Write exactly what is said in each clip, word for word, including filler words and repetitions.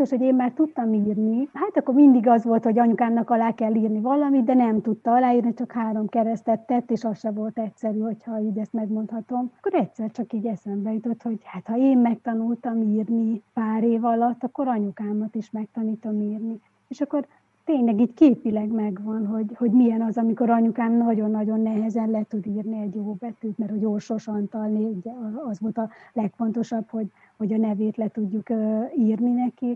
biztos, hogy én már tudtam írni. Hát akkor mindig az volt, hogy anyukámnak alá kell írni valamit, de nem tudta aláírni, csak három keresztet tett, és az se volt egyszerű, hogyha így ezt megmondhatom. Akkor egyszer csak így eszembe jutott, hogy hát ha én megtanultam írni pár év alatt, akkor anyukámat is megtanítom írni. És akkor tényleg így képileg megvan, hogy, hogy milyen az, amikor anyukám nagyon-nagyon nehezen le tud írni egy jó betűt, mert hogy Orsos Antal, az volt a legfontosabb, hogy, hogy a nevét le tudjuk írni neki.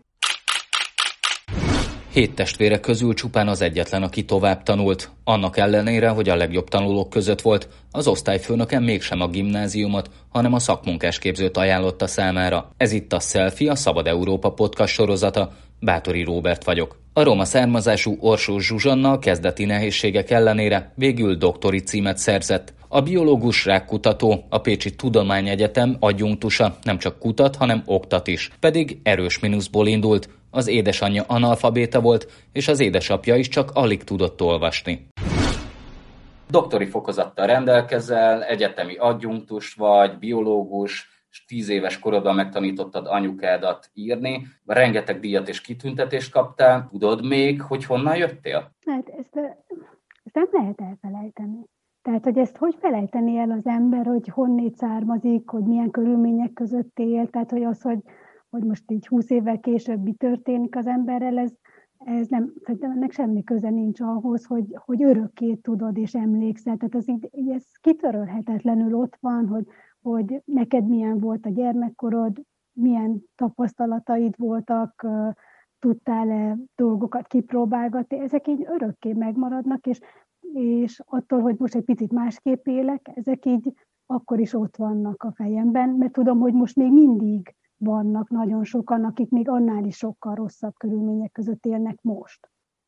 Hét testvére közül csupán az egyetlen, aki tovább tanult. Annak ellenére, hogy a legjobb tanulók között volt, az osztályfőnöke mégsem a gimnáziumot, hanem a szakmunkásképzőt ajánlotta számára. Ez itt a Selfie, a Szabad Európa podcast sorozata. Báthori Róbert vagyok. A roma származású Orsós Zsuzsanna a kezdeti nehézségek ellenére végül doktori címet szerzett. A biológus rákkutató, a Pécsi Tudományegyetem adjunktusa nem csak kutat, hanem oktat is. Pedig erős mínuszból indult. Az édesanyja analfabéta volt, és az édesapja is csak alig tudott olvasni. Doktori fokozattal rendelkezel, egyetemi adjunktus vagy, biológus, és tíz éves korodban megtanítottad anyukádat írni. Rengeteg díjat és kitüntetést kaptál. Tudod még, hogy honnan jöttél? Hát ezt, ezt nem lehet elfelejteni. Tehát, hogy ezt hogy felejteni el az ember, hogy honnét származik, hogy milyen körülmények között él, tehát, hogy az, hogy, hogy most így húsz évvel később mi történik az emberrel, ez, ez nem, szerintem ennek semmi köze nincs ahhoz, hogy, hogy örökké tudod és emlékszel. Tehát az így, így ez kitörölhetetlenül ott van, hogy, hogy neked milyen volt a gyermekkorod, milyen tapasztalataid voltak, tudtál-e dolgokat kipróbálgatni, ezek így örökké megmaradnak, és, és attól, hogy most egy picit másképp élek, ezek így akkor is ott vannak a fejemben, mert tudom, hogy most még mindig vannak nagyon sokan, akik még annál is sokkal rosszabb körülmények között élnek most.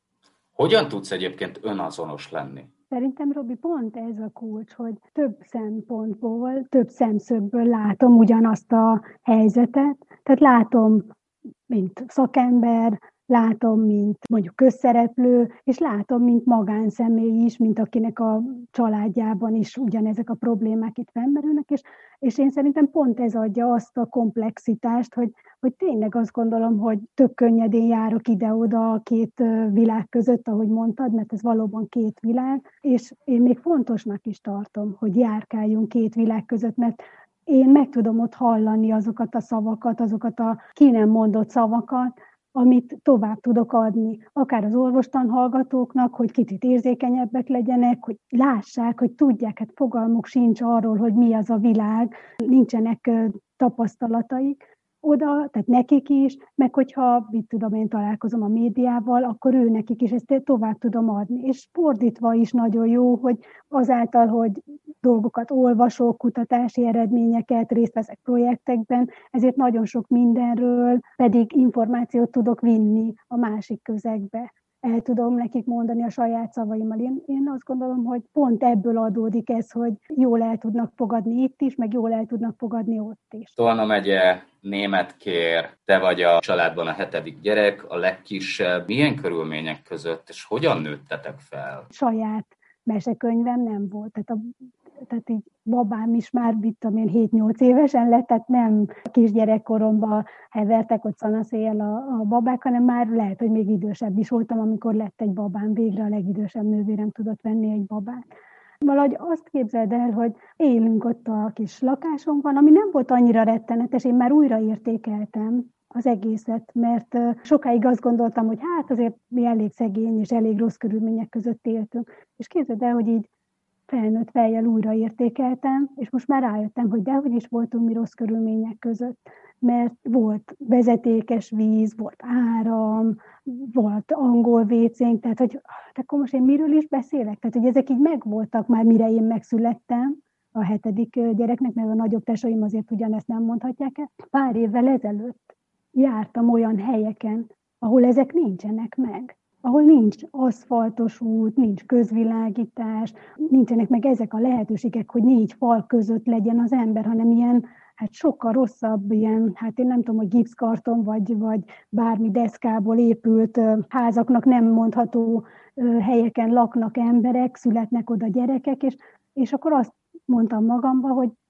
Hogyan tudsz egyébként önazonos lenni? Szerintem, Robi, pont ez a kulcs, hogy több szempontból, több szemszögből látom ugyanazt a helyzetet. Tehát látom, mint szakember, látom, mint mondjuk közszereplő, és látom, mint magánszemély is, mint akinek a családjában is ugyanezek a problémák itt felmerülnek, és, és én szerintem pont ez adja azt a komplexitást, hogy, hogy tényleg azt gondolom, hogy tök könnyedén járok ide-oda a két világ között, ahogy mondtad, mert ez valóban két világ, és én még fontosnak is tartom, hogy járkáljunk két világ között, mert én meg tudom ott hallani azokat a szavakat, azokat a ki nem mondott szavakat, amit tovább tudok adni, akár az orvostan hallgatóknak, hogy kicsit érzékenyebbek legyenek, hogy lássák, hogy tudják, hát fogalmuk sincs arról, hogy mi az a világ, nincsenek tapasztalataik oda, tehát nekik is, meg hogyha, mit tudom, én találkozom a médiával, akkor ő nekik is ezt tovább tudom adni. És fordítva is nagyon jó, hogy azáltal, hogy dolgokat olvasok, kutatási eredményeket, részt veszek projektekben, ezért nagyon sok mindenről pedig információt tudok vinni a másik közegbe. El tudom nekik mondani a saját szavaimmal. Én, én azt gondolom, hogy pont ebből adódik ez, hogy jól el tudnak fogadni itt is, meg jól el tudnak fogadni ott is. Tolna megye, Németkér, te vagy a családban a hetedik gyerek, a legkisebb. Milyen körülmények között, és hogyan nőttetek fel? Saját mesekönyvem nem volt. Tehát, a, tehát így babám is már, mit tudom én, hét-nyolc évesen lett, tehát nem kisgyerekkoromban hevertek ott szanaszéjjel a, a babák, hanem már lehet, hogy még idősebb is voltam, amikor lett egy babám, végre a legidősebb nővérem tudott venni egy babát. Valahogy azt képzeld el, hogy élünk ott a kis lakásunkban, ami nem volt annyira rettenetes, én már újra értékeltem az egészet, mert sokáig azt gondoltam, hogy hát azért mi elég szegény és elég rossz körülmények között éltünk. És képzeld el, hogy így felnőtt fejjel újra értékeltem, és most már rájöttem, hogy dehogy is voltunk mi rossz körülmények között, mert volt vezetékes víz, volt áram, volt angol vécénk, tehát hogy akkor most én miről is beszélek? Tehát, hogy ezek így megvoltak már, mire én megszülettem, a hetedik gyereknek, mert a nagyobb tesóim azért ugyanezt nem mondhatják el. Pár évvel ezelőtt jártam olyan helyeken, ahol ezek nincsenek meg. Ahol nincs aszfaltos út, nincs közvilágítás, nincsenek meg ezek a lehetőségek, hogy négy fal között legyen az ember, hanem ilyen, hát sokkal rosszabb, ilyen, hát én nem tudom, hogy gipszkarton vagy, vagy bármi deszkából épült házaknak nem mondható helyeken laknak emberek, születnek oda gyerekek, és, és akkor azt mondtam magamba, hogy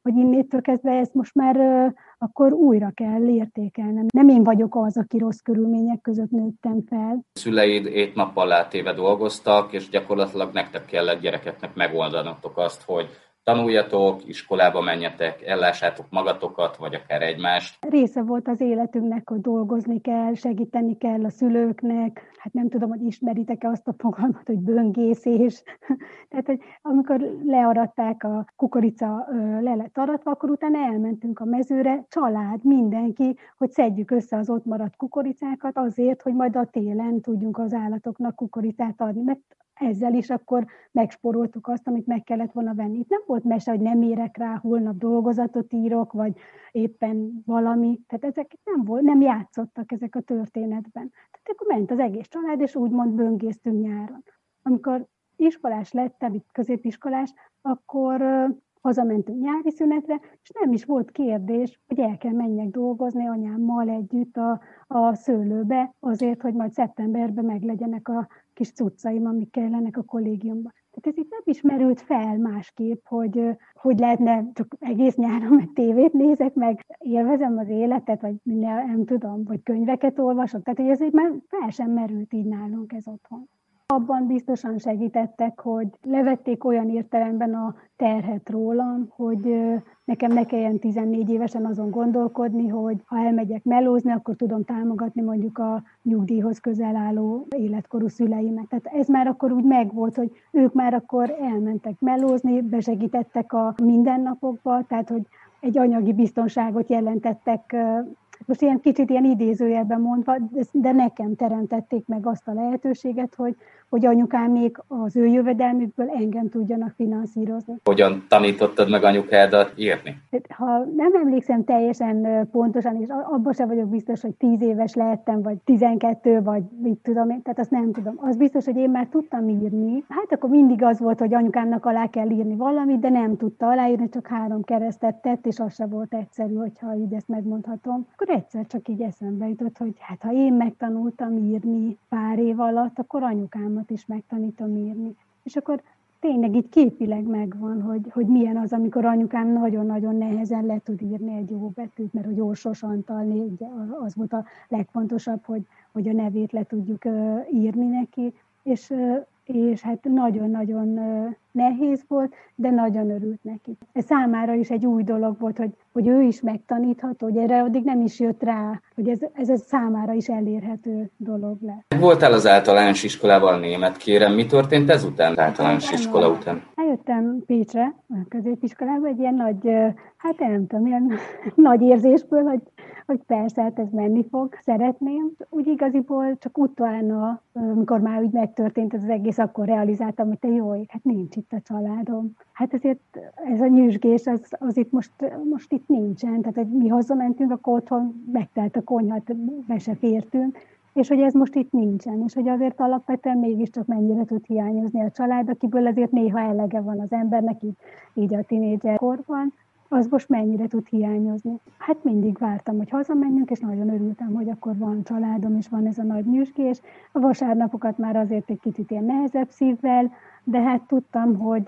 hogy innétől kezdve ezt most már uh, akkor újra kell értékelnem. Nem én vagyok az, aki rossz körülmények között nőttem fel. Szüleid ét nappal látéve dolgoztak, és gyakorlatilag nektek kellett gyerekeknek megoldanatok azt, hogy tanuljatok, iskolába menjetek, ellássátok magatokat, vagy akár egymást. Része volt az életünknek, hogy dolgozni kell, segíteni kell a szülőknek. Hát nem tudom, hogy ismeritek-e azt a fogalmat, hogy böngészés. Tehát, hogy amikor learatták a kukorica, le lett aratva, akkor utána elmentünk a mezőre, család, mindenki, hogy szedjük össze az ott maradt kukoricákat azért, hogy majd a télen tudjunk az állatoknak kukoricát adni. Mert ezzel is akkor megspóroltuk azt, amit meg kellett volna venni. Itt nem volt mese, hogy nem érek rá, holnap dolgozatot írok, vagy éppen valami. Tehát ezek nem, volt, nem játszottak ezek a történetben. Tehát akkor ment az egész család, és úgymond böngésztünk nyáron. Amikor iskolás lettem, itt középiskolás, akkor hazamentünk nyári szünetre, és nem is volt kérdés, hogy el kell menjek dolgozni anyámmal együtt a, a szőlőbe, azért, hogy majd szeptemberben meglegyenek a kis cuccaim, amik kellenek a kollégiumban. Tehát ez itt nem is merült fel másképp, hogy hogy lehetne csak egész nyáron meg tévét nézek, meg élvezem az életet, vagy nem, nem tudom, vagy könyveket olvasok. Tehát hogy ez így már fel sem merült így nálunk ez otthon. Abban biztosan segítettek, hogy levették olyan értelemben a terhet rólam, hogy nekem ne kelljen tizennégy évesen azon gondolkodni, hogy ha elmegyek melózni, akkor tudom támogatni mondjuk a nyugdíjhoz közel álló életkorú szüleimet. Tehát ez már akkor úgy megvolt, hogy ők már akkor elmentek melózni, besegítettek a mindennapokba, tehát hogy egy anyagi biztonságot jelentettek, most ilyen kicsit ilyen idézőjelben mondva, de nekem teremtették meg azt a lehetőséget, hogy, hogy anyukám még az ő jövedelmükből engem tudjanak finanszírozni. Hogyan tanítottad meg anyukádat írni? Ha nem emlékszem teljesen pontosan, és abban sem vagyok biztos, hogy tíz éves lehettem, vagy tizenkettő, vagy mit tudom én, tehát azt nem tudom. Az biztos, hogy én már tudtam írni. Hát akkor mindig az volt, hogy anyukámnak alá kell írni valamit, de nem tudta aláírni, csak három keresztet tett, és az sem volt egyszerű, hogyha így ezt megmondhatom. Akkor egyszer csak így eszembe jutott, hogy hát ha én megtanultam írni pár év alatt, akkor anyukámat is megtanítom írni. És akkor tényleg így képileg megvan, hogy, hogy milyen az, amikor anyukám nagyon-nagyon nehezen le tud írni egy jó betűt, mert hogy Orsos Antal, az volt a legfontosabb, hogy, hogy a nevét le tudjuk írni neki, és, és hát nagyon-nagyon nehéz volt, de nagyon örült neki. Ez számára is egy új dolog volt, hogy, hogy ő is megtanítható, hogy erre addig nem is jött rá, hogy ez, ez, ez számára is elérhető dolog lett. Voltál az általános iskolában, német kérem, mi történt ezután, az általános iskola után? Eljöttem Pécsre, a középiskolába, egy ilyen nagy, hát nem tudom, ilyen nagy érzésből, hogy, hogy persze, hát ez menni fog, szeretném. Úgy igaziból csak utána, amikor már úgy megtörtént ez az egész, akkor realizáltam, hogy te jó ég, hát nincs itt a családom. Hát ezért ez a nyüzsgés, az, az itt most, most itt nincsen. Tehát, hogy mi hazamentünk, akkor otthon megtelt a konyhat, be se fértünk, és hogy ez most itt nincsen, és hogy azért alapvetően mégiscsak mennyire tud hiányozni a család, akiből azért néha elege van az embernek, így, így a tinédzser korban, az most mennyire tud hiányozni. Hát mindig vártam, hogy hazamenjünk, és nagyon örültem, hogy akkor van családom, és van ez a nagy nyüzsgés. A vasárnapokat már azért egy kicsit ilyen nehezebb szívvel, de hát tudtam, hogy,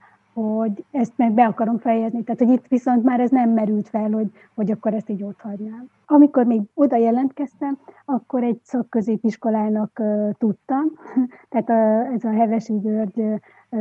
hogy ezt meg be akarom fejezni. Tehát, hogy itt viszont már ez nem merült fel, hogy, hogy akkor ezt így ott hagynám. Amikor még oda jelentkeztem, akkor egy szakközépiskolának uh, tudtam, tehát a, ez a Hevesi György uh,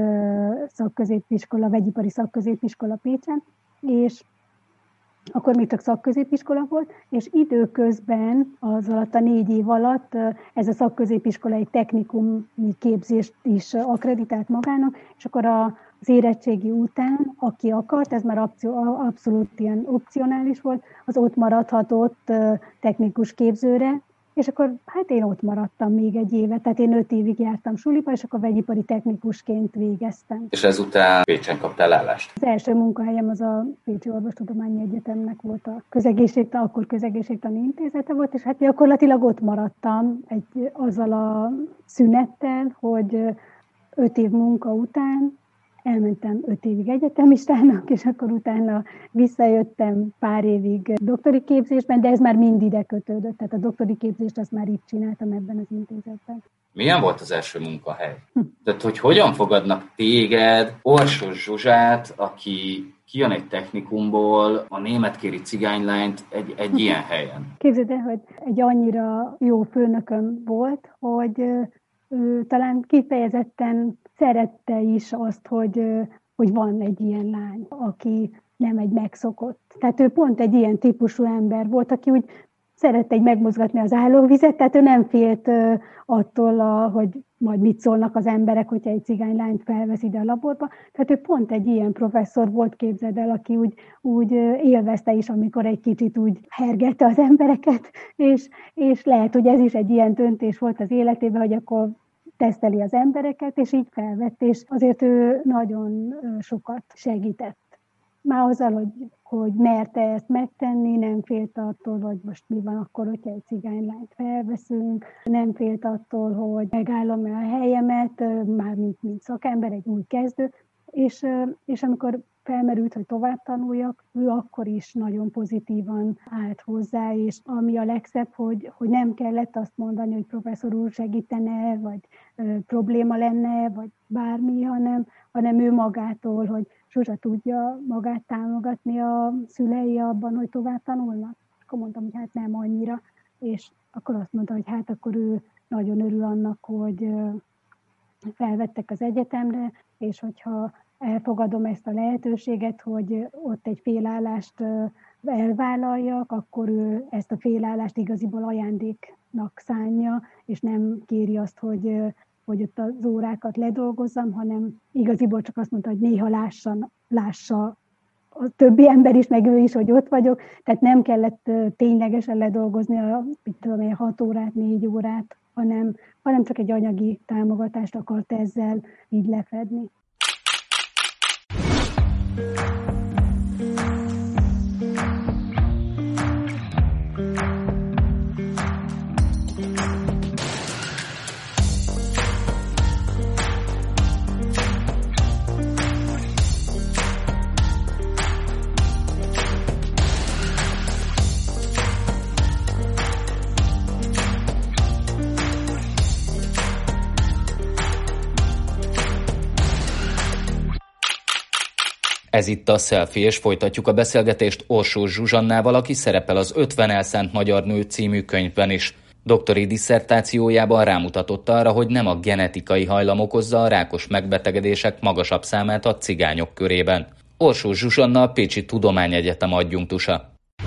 szakközépiskola, vegyipari szakközépiskola Pécsen, és akkor még csak szakközépiskola volt, és időközben, az alatt a négy év alatt ez a szakközépiskola egy technikumi képzést is akkreditált magának, és akkor az érettségi után, aki akart, ez már abszolút ilyen opcionális volt, az ott maradhatott technikus képzőre, és akkor hát én ott maradtam még egy évet, tehát én öt évig jártam suliba, és akkor vegyipari technikusként végeztem. És ezután Pécsen kaptál állást? Az első munkahelyem az a Pécsi Orvostudományi Egyetemnek volt a közegészségtani, akkor közegészségtani intézete volt, és hát gyakorlatilag ott maradtam egy, azzal a szünettel, hogy öt év munka után elmentem öt évig egyetemistának, és akkor utána visszajöttem pár évig doktori képzésben, de ez már mind ide kötődött, tehát a doktori képzést azt már itt csináltam ebben az intézetben. Milyen volt az első munkahely? Hm. Tehát, hogy hogyan fogadnak téged, Orsós Zsuzsát, aki kijön egy technikumból, a németkéri cigánylányt egy, egy ilyen helyen? Képzeld el, hogy egy annyira jó főnököm volt, hogy ő talán kifejezetten szerette is azt, hogy, hogy van egy ilyen lány, aki nem egy megszokott. Tehát ő pont egy ilyen típusú ember volt, aki úgy szerette egy megmozgatni az állóvizet, tehát ő nem félt attól, a, hogy majd mit szólnak az emberek, hogyha egy cigánylányt felvesz ide a laborba. Tehát ő pont egy ilyen professzor volt, képzeld el, aki úgy, úgy élvezte is, amikor egy kicsit úgy hergette az embereket, és, és lehet, hogy ez is egy ilyen döntés volt az életében, hogy akkor teszteli az embereket, és így felvett, és azért ő nagyon sokat segített. Már azzal, hogy, hogy merte ezt megtenni, nem félt attól, hogy most mi van akkor, hogyha egy cigánylányt felveszünk, nem félt attól, hogy megállom a helyemet, már mint, mint szakember, egy új kezdő, és, és amikor felmerült, hogy tovább tanuljak, ő akkor is nagyon pozitívan állt hozzá, és ami a legszebb, hogy, hogy nem kellett azt mondani, hogy professzor úr segítene, vagy ö, probléma lenne, vagy bármi, hanem, hanem ő magától, hogy Zsuzsa tudja magát támogatni a szülei abban, hogy tovább tanulnak. Akkor mondtam, hogy hát nem annyira, és akkor azt mondta, hogy hát akkor ő nagyon örül annak, hogy felvettek az egyetemre, és hogyha elfogadom ezt a lehetőséget, hogy ott egy félállást elvállaljak, akkor ő ezt a félállást igaziból ajándéknak szánja, és nem kéri azt, hogy, hogy ott az órákat ledolgozzam, hanem igaziból csak azt mondta, hogy néha lássa, lássa a többi ember is, meg ő is, hogy ott vagyok. Tehát nem kellett ténylegesen ledolgozni a, mit tudom én, hat órát, négy órát, hanem, hanem csak egy anyagi támogatást akart ezzel így lefedni. Ez itt a Selfie, és folytatjuk a beszélgetést Orsós Zsuzsannával, aki szerepel az ötven elszánt magyar nő című könyvben is. Doktori disszertációjában rámutatott arra, hogy nem a genetikai hajlam okozza a rákos megbetegedések magasabb számát a cigányok körében. Orsós Zsuzsanna a Pécsi Tudományegyetem adjunktusa.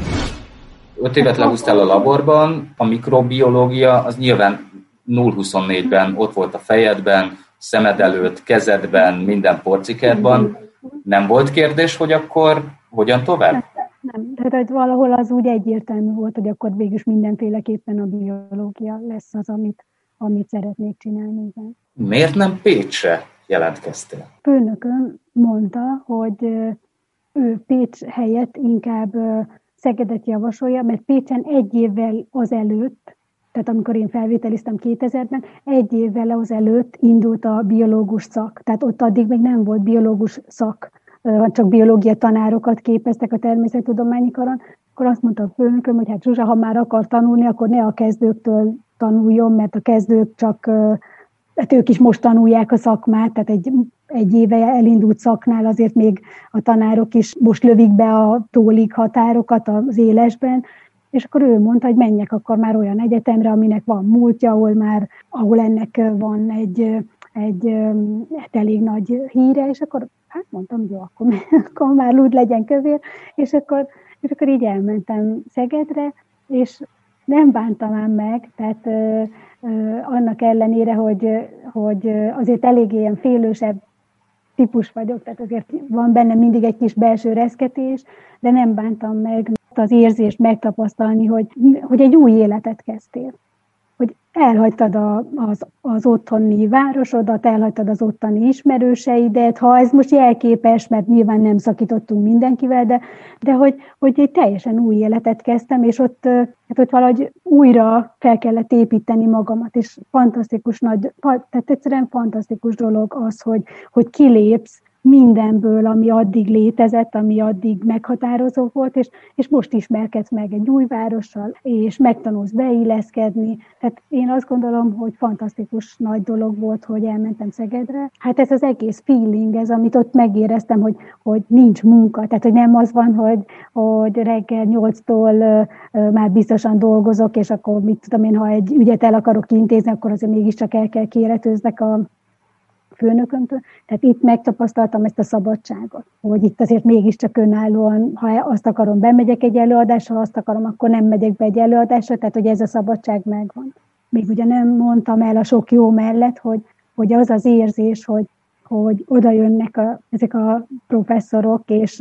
Öt évet lehúztál a laborban, a mikrobiológia az nyilván nulla huszonnégyben ott volt a fejedben, szemed előtt, kezedben, minden porcikádban. Nem volt kérdés, hogy akkor hogyan tovább? Nem, nem. Tehát valahol az úgy egyértelmű volt, hogy akkor végül mindenféleképpen a biológia lesz az, amit, amit szeretnék csinálni. Miért nem Pécsre jelentkeztél? Főnökön mondta, hogy ő Pécs helyett inkább Szegedet javasolja, mert Pécsen egy évvel azelőtt, tehát amikor én felvételiztem kétezerben, egy évvel azelőtt indult a biológus szak. Tehát ott addig még nem volt biológus szak, csak biológia tanárokat képeztek a természettudományi karon. Akkor azt mondta a főnököm, hogy hát Zsuzsa, ha már akar tanulni, akkor ne a kezdőktől tanuljon, mert a kezdők csak, hát ők is most tanulják a szakmát, tehát egy, egy éve elindult szaknál azért még a tanárok is most lövik be a tólig határokat az élesben, és akkor ő mondta, hogy menjek akkor már olyan egyetemre, aminek van múltja, ahol már, ahol ennek van egy, egy hát elég nagy híre, és akkor hát mondtam, jó, akkor, akkor már lúd legyen kövér, és akkor, és akkor így elmentem Szegedre, és nem bántam ám meg, tehát ö, ö, annak ellenére, hogy, hogy azért elég ilyen félősebb típus vagyok, tehát azért van bennem mindig egy kis belső reszketés, de nem bántam meg az érzést megtapasztalni, hogy, hogy egy új életet kezdtél. Hogy elhagytad a, az, az otthoni városodat, elhagytad az ottani ismerőseidet, ha ez most jelképes, mert nyilván nem szakítottunk mindenkivel, de, de hogy, hogy egy teljesen új életet kezdtem, és ott, hát ott valahogy újra fel kellett építeni magamat, és fantasztikus nagy, tehát egyszerűen fantasztikus dolog az, hogy, hogy kilépsz mindenből, ami addig létezett, ami addig meghatározó volt, és, és most ismerkedsz meg egy új várossal, és megtanulsz beilleszkedni. Tehát én azt gondolom, hogy fantasztikus nagy dolog volt, hogy elmentem Szegedre. Hát ez az egész feeling, ez, amit ott megéreztem, hogy, hogy nincs munka. Tehát, hogy nem az van, hogy, hogy reggel nyolctól uh, már biztosan dolgozok, és akkor mit tudom én, ha egy ügyet el akarok intézni, akkor azért mégiscsak el kell kéretőznek a főnökömtől. Tehát itt megtapasztaltam ezt a szabadságot, hogy itt azért mégiscsak önállóan, ha azt akarom, bemegyek egy előadásra, ha azt akarom, akkor nem megyek be egy előadásra, tehát hogy ez a szabadság megvan. Még ugye nem mondtam el a sok jó mellett, hogy, hogy az az érzés, hogy, hogy oda jönnek a, ezek a professzorok, és,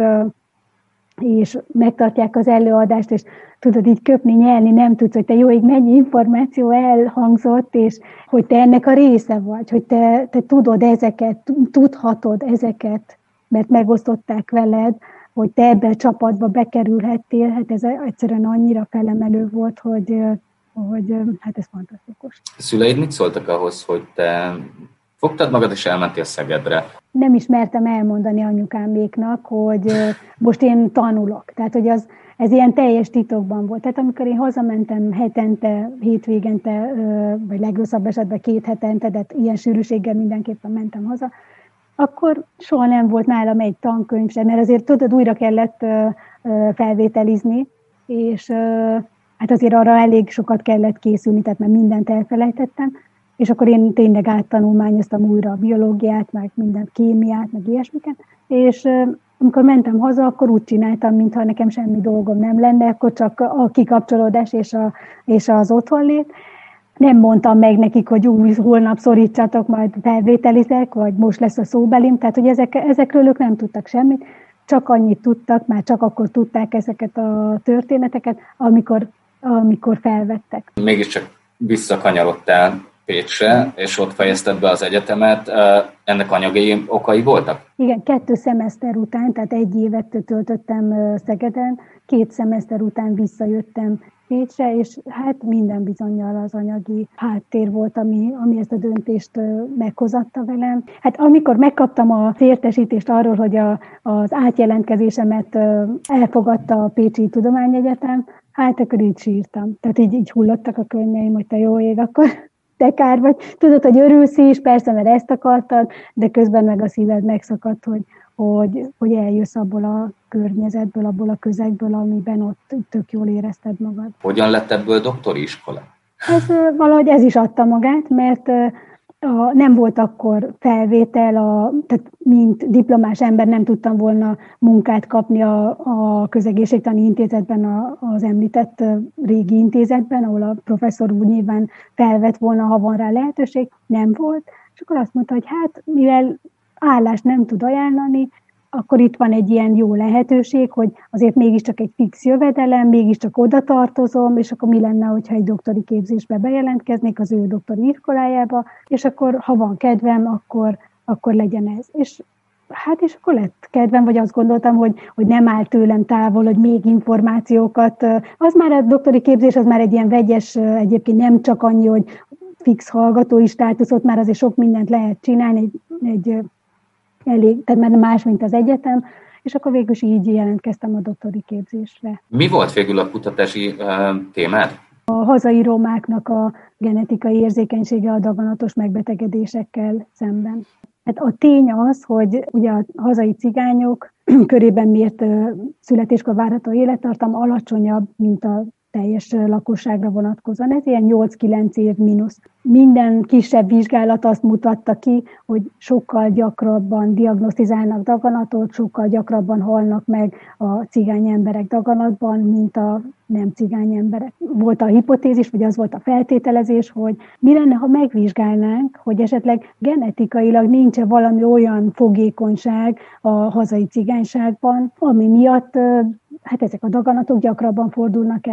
és megtartják az előadást, és tudod így köpni, nyelni, nem tudsz, hogy te jó, így mennyi információ elhangzott, és hogy te ennek a része vagy, hogy te, te tudod ezeket, tudhatod ezeket, mert megosztották veled, hogy te ebbe a csapatba bekerülhettél, hát ez egyszerűen annyira felemelő volt, hogy, hogy hát ez fantasztikus. A szüleid mit szóltak ahhoz, hogy te fogtad magad és elmentél Szegedre? Nem is mertem elmondani anyukáméknak, hogy most én tanulok. Tehát, hogy az, ez ilyen teljes titokban volt. Tehát amikor én hazamentem hetente, hétvégente, vagy legrosszabb esetben két hetente, de ilyen sűrűséggel mindenképpen mentem haza, akkor soha nem volt nálam egy tankönyv sem, mert azért tudod, újra kellett felvételizni, és hát azért arra elég sokat kellett készülni, tehát már mindent elfelejtettem, és akkor én tényleg áttanulmányoztam újra a biológiát, meg minden kémiát, meg ilyesmiket, és amikor mentem haza, akkor úgy csináltam, mintha nekem semmi dolgom nem lenne, akkor csak a kikapcsolódás és, a, és az otthonlét. Nem mondtam meg nekik, hogy új, holnap szorítsatok, majd felvételizek, vagy most lesz a szóbelim, tehát hogy ezek, ezekről ők nem tudtak semmit, csak annyit tudtak, már csak akkor tudták ezeket a történeteket, amikor, amikor felvettek. Mégiscsak visszakanyarodtál Pécsre, és ott fejezted be az egyetemet. Ennek anyagi okai voltak? Igen, kettő szemeszter után, tehát egy évet töltöttem Szegeden, két szemeszter után visszajöttem Pécsre, és hát minden bizonnyal az anyagi háttér volt, ami, ami ezt a döntést meghozatta velem. Hát amikor megkaptam a értesítést arról, hogy a, az átjelentkezésemet elfogadta a Pécsi Tudományegyetem, hát akkor így sírtam. Tehát így, így hullottak a könnyeim, hogy te jó ég, akkor te kár vagy. Tudod, hogy örülsz is, persze, mert ezt akartad, de közben meg a szíved megszakadt, hogy, hogy, hogy eljössz abból a környezetből, abból a közegből, amiben ott tök jól érezted magad. Hogyan lett ebből doktori iskola? Ez, valahogy ez is adta magát, mert a, nem volt akkor felvétel, a, tehát mint diplomás ember nem tudtam volna munkát kapni a, a Közegészségtani Intézetben, a, az említett régi intézetben, ahol a professzor úr nyilván felvett volna, ha van rá lehetőség, nem volt. És akkor azt mondta, hogy hát mivel állást nem tud ajánlani, akkor itt van egy ilyen jó lehetőség, hogy azért mégiscsak egy fix jövedelem, mégiscsak oda tartozom, és akkor mi lenne, hogyha egy doktori képzésbe bejelentkeznék az ő doktori iskolájába, és akkor, ha van kedvem, akkor, akkor legyen ez. És hát és akkor lett kedvem, vagy azt gondoltam, hogy, hogy nem áll tőlem távol, hogy még információkat. Az már a doktori képzés, az már egy ilyen vegyes, egyébként nem csak annyi, hogy fix hallgatói státuszot, már azért sok mindent lehet csinálni, egy, egy elég, tehát már más, mint az egyetem, és akkor végül is így jelentkeztem a doktori képzésre. Mi volt végül a kutatási uh, témád? A hazai romáknak a genetikai érzékenysége a daganatos megbetegedésekkel szemben. Hát a tény az, hogy ugye a hazai cigányok körében mért uh, születéskor várható élettartam alacsonyabb, mint a teljes lakosságra vonatkozóan. Ez ilyen nyolc-kilenc év mínusz. Minden kisebb vizsgálat azt mutatta ki, hogy sokkal gyakrabban diagnosztizálnak daganatot, sokkal gyakrabban halnak meg a cigány emberek daganatban, mint a nem cigány emberek. Volt a hipotézis, vagy az volt a feltételezés, hogy mi lenne, ha megvizsgálnánk, hogy esetleg genetikailag nincs-e valami olyan fogékonyság a hazai cigányságban, ami miatt hát ezek a daganatok gyakrabban fordulnak elő.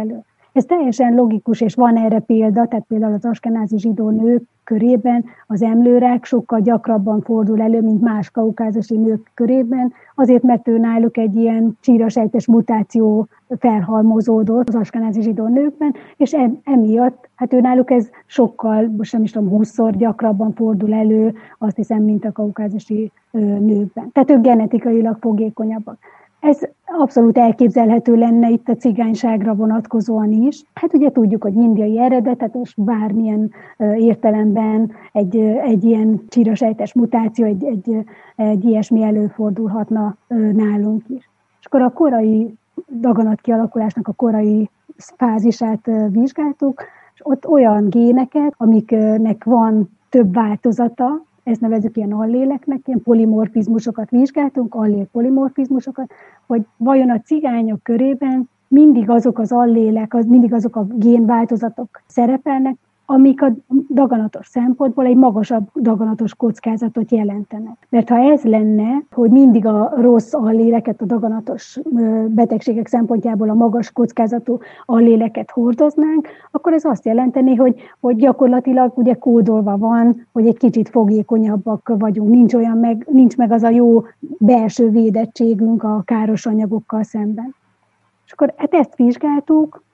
Ez teljesen logikus, és van erre példa, tehát például az askenázi zsidó nők körében az emlőrák sokkal gyakrabban fordul elő, mint más kaukázusi nők körében, azért, mert ő náluk egy ilyen csírasejtes mutáció felhalmozódott az askenázi zsidó nőkben, és emiatt, hát ő náluk ez sokkal, most nem is tudom, húszszor gyakrabban fordul elő, azt hiszem, mint a kaukázusi nőkben. Tehát ők genetikailag fogékonyabbak. Ez abszolút elképzelhető lenne itt a cigányságra vonatkozóan is. Hát ugye tudjuk, hogy indiai eredetet, és bármilyen értelemben egy, egy ilyen csírasejtes mutáció, egy, egy, egy ilyesmi előfordulhatna nálunk is. És akkor a korai daganat kialakulásnak a korai fázisát vizsgáltuk, és ott olyan géneket, amiknek van több változata, ezt nevezzük ilyen alléleknek, ilyen polimorfizmusokat vizsgáltunk, allél polimorfizmusokat, hogy vajon a cigányok körében mindig azok az allélek, az, mindig azok a génváltozatok szerepelnek, amik a daganatos szempontból egy magasabb daganatos kockázatot jelentenek. Mert ha ez lenne, hogy mindig a rossz alléleket, a daganatos betegségek szempontjából a magas kockázatú alléleket hordoznánk, akkor ez azt jelenteni, hogy, hogy gyakorlatilag ugye kódolva van, hogy egy kicsit fogékonyabbak vagyunk, nincs, olyan meg, nincs meg az a jó belső védettségünk a káros anyagokkal szemben. És akkor hát ezt vizsgáltuk,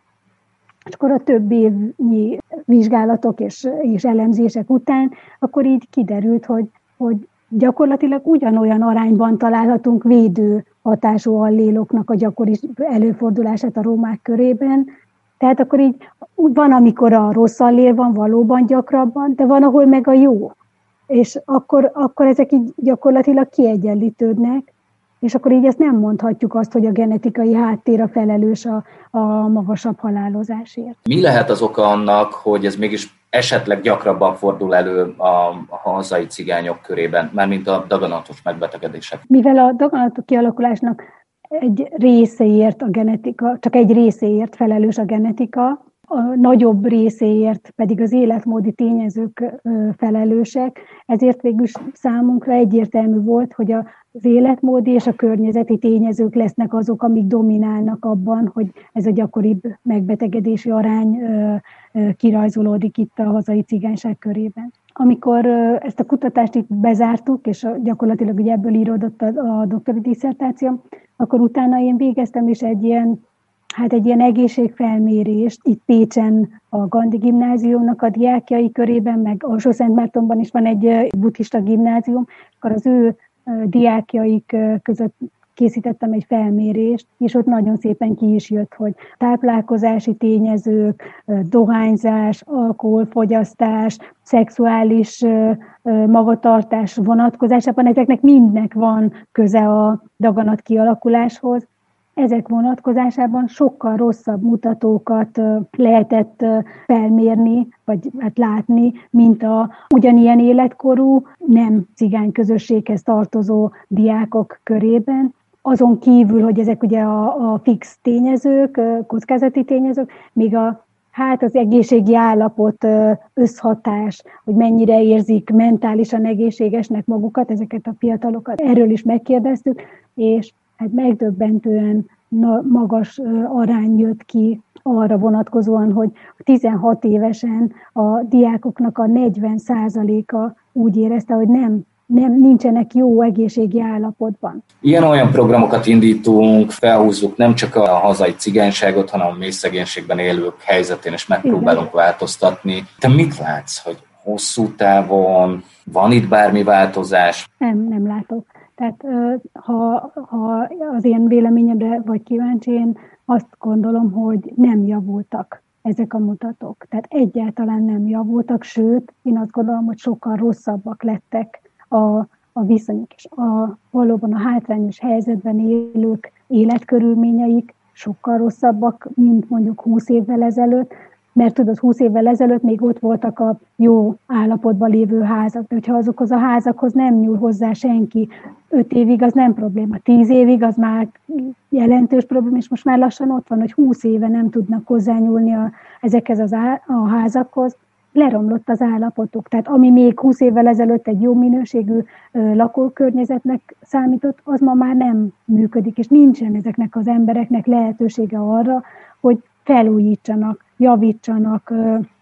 és akkor a több évnyi vizsgálatok és, és elemzések után, akkor így kiderült, hogy, hogy gyakorlatilag ugyanolyan arányban találhatunk védő hatású alléloknak a gyakori előfordulását a rómák körében. Tehát akkor így van, amikor a rossz allél van valóban gyakrabban, de van, ahol meg a jó. És akkor, akkor ezek így gyakorlatilag kiegyenlítődnek, és akkor így ezt nem mondhatjuk azt, hogy a genetikai háttér a felelős a, a magasabb halálozásért. Mi lehet az oka annak, hogy ez mégis esetleg gyakrabban fordul elő a hazai cigányok körében, mármint a daganatos megbetegedések? Mivel a daganatok kialakulásnak egy részéért a genetika, csak egy részéért felelős a genetika, a nagyobb részéért pedig az életmódi tényezők felelősek, ezért végül számunkra egyértelmű volt, hogy az életmódi és a környezeti tényezők lesznek azok, amik dominálnak abban, hogy ez a gyakoribb megbetegedési arány kirajzolódik itt a hazai cigányság körében. Amikor ezt a kutatást itt bezártuk, és gyakorlatilag ugye ebből íródott a, a doktori disszertációm, akkor utána én végeztem is egy ilyen Hát egy ilyen egészségfelmérést itt Pécsen a Gandhi gimnáziumnak a diákjai körében, meg Alsó-Szentmártonban is van egy buddhista gimnázium, akkor az ő diákjaik között készítettem egy felmérést, és ott nagyon szépen ki is jött, hogy táplálkozási tényezők, dohányzás, alkoholfogyasztás, szexuális magatartás vonatkozásában ezeknek mindnek van köze a daganat kialakuláshoz. Ezek vonatkozásában sokkal rosszabb mutatókat lehetett felmérni, vagy hát látni, mint a ugyanilyen életkorú, nem cigány közösséghez tartozó diákok körében. Azon kívül, hogy ezek ugye a, a fix tényezők, kockázati tényezők, még a Hát az egészségi állapot, összhatás, hogy mennyire érzik mentálisan egészségesnek magukat, ezeket a fiatalokat. Erről is megkérdeztük, és hát megdöbbentően magas arány jött ki arra vonatkozóan, hogy tizenhat évesen a diákoknak a negyven százaléka úgy érezte, hogy nem, nem nincsenek jó egészségi állapotban. Ilyen-olyan programokat indítunk, felhúzzuk nem csak a hazai cigányságot, hanem a mély szegénységben élők helyzetén, és megpróbálunk Igen. változtatni. Te mit látsz, hogy hosszú távon van itt bármi változás? Nem, nem látok. Tehát ha, ha az én véleményemre vagy kíváncsi, én azt gondolom, hogy nem javultak ezek a mutatók. Tehát egyáltalán nem javultak, sőt, én azt gondolom, hogy sokkal rosszabbak lettek a, a viszonyok. És a, valóban a hátrányos helyzetben élők életkörülményeik sokkal rosszabbak, mint mondjuk húsz évvel ezelőtt, mert tudod, húsz évvel ezelőtt még ott voltak a jó állapotban lévő házak, de hogyha azokhoz a házakhoz nem nyúl hozzá senki, öt évig az nem probléma, tíz évig az már jelentős probléma, és most már lassan ott van, hogy húsz éve nem tudnak hozzányúlni a, ezekhez az á, a házakhoz, leromlott az állapotuk. Tehát ami még húsz évvel ezelőtt egy jó minőségű ö, lakókörnyezetnek számított, az ma már nem működik, és nincsen ezeknek az embereknek lehetősége arra, hogy felújítsanak, javítsanak,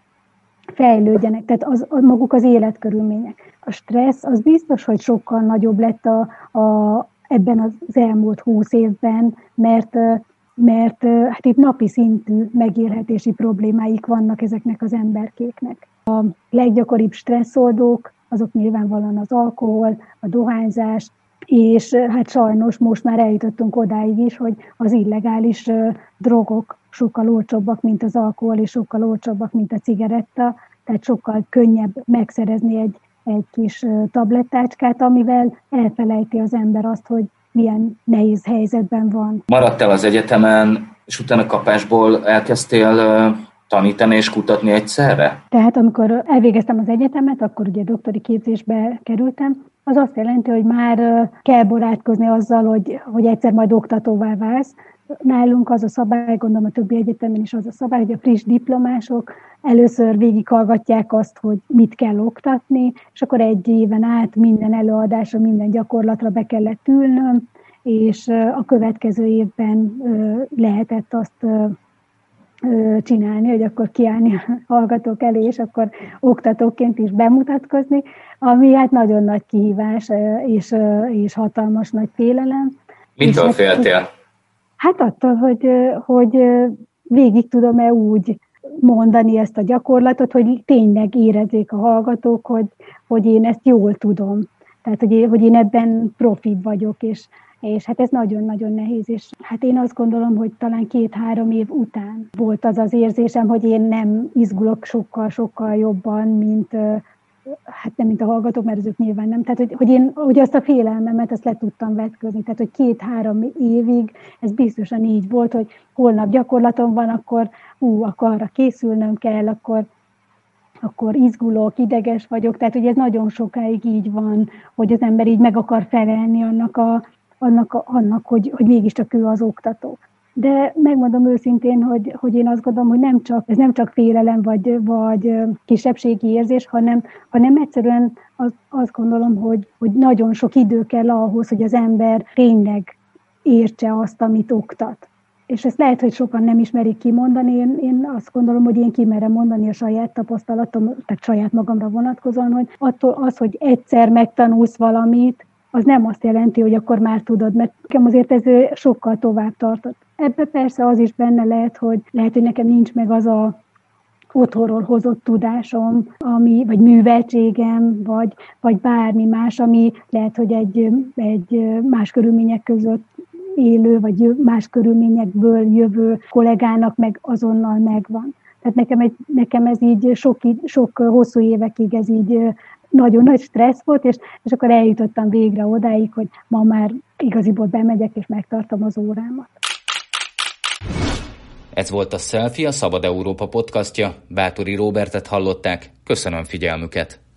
fejlődjenek, tehát az, az maguk az életkörülmények. A stressz az biztos, hogy sokkal nagyobb lett a, a, ebben az elmúlt húsz évben, mert, mert hát itt napi szintű megélhetési problémáik vannak ezeknek az emberkéknek. A leggyakoribb stresszoldók, azok nyilvánvalóan az alkohol, a dohányzás, és hát sajnos most már eljutottunk odáig is, hogy az illegális drogok sokkal olcsóbbak, mint az alkohol, és sokkal olcsóbbak, mint a cigaretta, tehát sokkal könnyebb megszerezni egy, egy kis tablettácskát, amivel elfelejti az ember azt, hogy milyen nehéz helyzetben van. Maradtál az egyetemen, és utána kapásból elkezdtél tanítani és kutatni egyszerre? Tehát amikor elvégeztem az egyetemet, akkor ugye doktori képzésbe kerültem, az azt jelenti, hogy már kell barátkozni azzal, hogy, hogy egyszer majd oktatóvá válsz. Nálunk az a szabály, gondolom a többi egyetemen is az a szabály, hogy a friss diplomások először végighallgatják azt, hogy mit kell oktatni, és akkor egy éven át minden előadásra, minden gyakorlatra be kellett ülnöm, és a következő évben lehetett azt csinálni, hogy akkor kiállni a hallgatók elé, és akkor oktatóként is bemutatkozni, ami hát nagyon nagy kihívás, és, és hatalmas nagy félelem. Mitől féltél? Hát attól, hogy, hogy végig tudom-e úgy mondani ezt a gyakorlatot, hogy tényleg érezzék a hallgatók, hogy, hogy én ezt jól tudom. Tehát, hogy én, hogy én ebben profi vagyok, és, és hát ez nagyon-nagyon nehéz. És hát én azt gondolom, hogy talán két-három év után volt az az érzésem, hogy én nem izgulok sokkal-sokkal jobban, mint, hát nem mint a hallgatók, mert azok nyilván nem. Tehát, hogy, hogy én hogy azt a félelmemet, ezt le tudtam vetközni. Tehát, hogy két-három évig ez biztosan így volt, hogy holnap gyakorlatom van, akkor ú, akkor arra készülnöm kell, akkor, akkor izgulok, ideges vagyok. Tehát, hogy ez nagyon sokáig így van, hogy az ember így meg akar felelni annak, a, annak, a, annak hogy, hogy mégiscsak ő az oktató. De megmondom őszintén, hogy, hogy én azt gondolom, hogy nem csak, ez nem csak félelem vagy, vagy kisebbségi érzés, hanem, hanem egyszerűen az, azt gondolom, hogy, hogy nagyon sok idő kell ahhoz, hogy az ember tényleg értse azt, amit oktat. És ezt lehet, hogy sokan nem ismerik kimondani, én, én azt gondolom, hogy én kimerem mondani a saját tapasztalatom, tehát saját magamra vonatkozóan, hogy attól az, hogy egyszer megtanulsz valamit, az nem azt jelenti, hogy akkor már tudod, mert nekem azért ez sokkal tovább tartott. Ebben persze az is benne lehet, hogy lehet, hogy nekem nincs meg az a otthonról hozott tudásom, ami, vagy műveltségem, vagy, vagy bármi más, ami lehet, hogy egy, egy más körülmények között élő, vagy más körülményekből jövő kollégának meg azonnal megvan. Tehát nekem, egy, nekem ez így sok, sok hosszú évekig ez így nagyon nagy stressz volt, és, és akkor eljutottam végre odáig, hogy ma már igaziból bemegyek, és megtartom az órámat. Ez volt a Selfie, a Szabad Európa podcastja. Báthori Róbertet hallották. Köszönöm figyelmüket!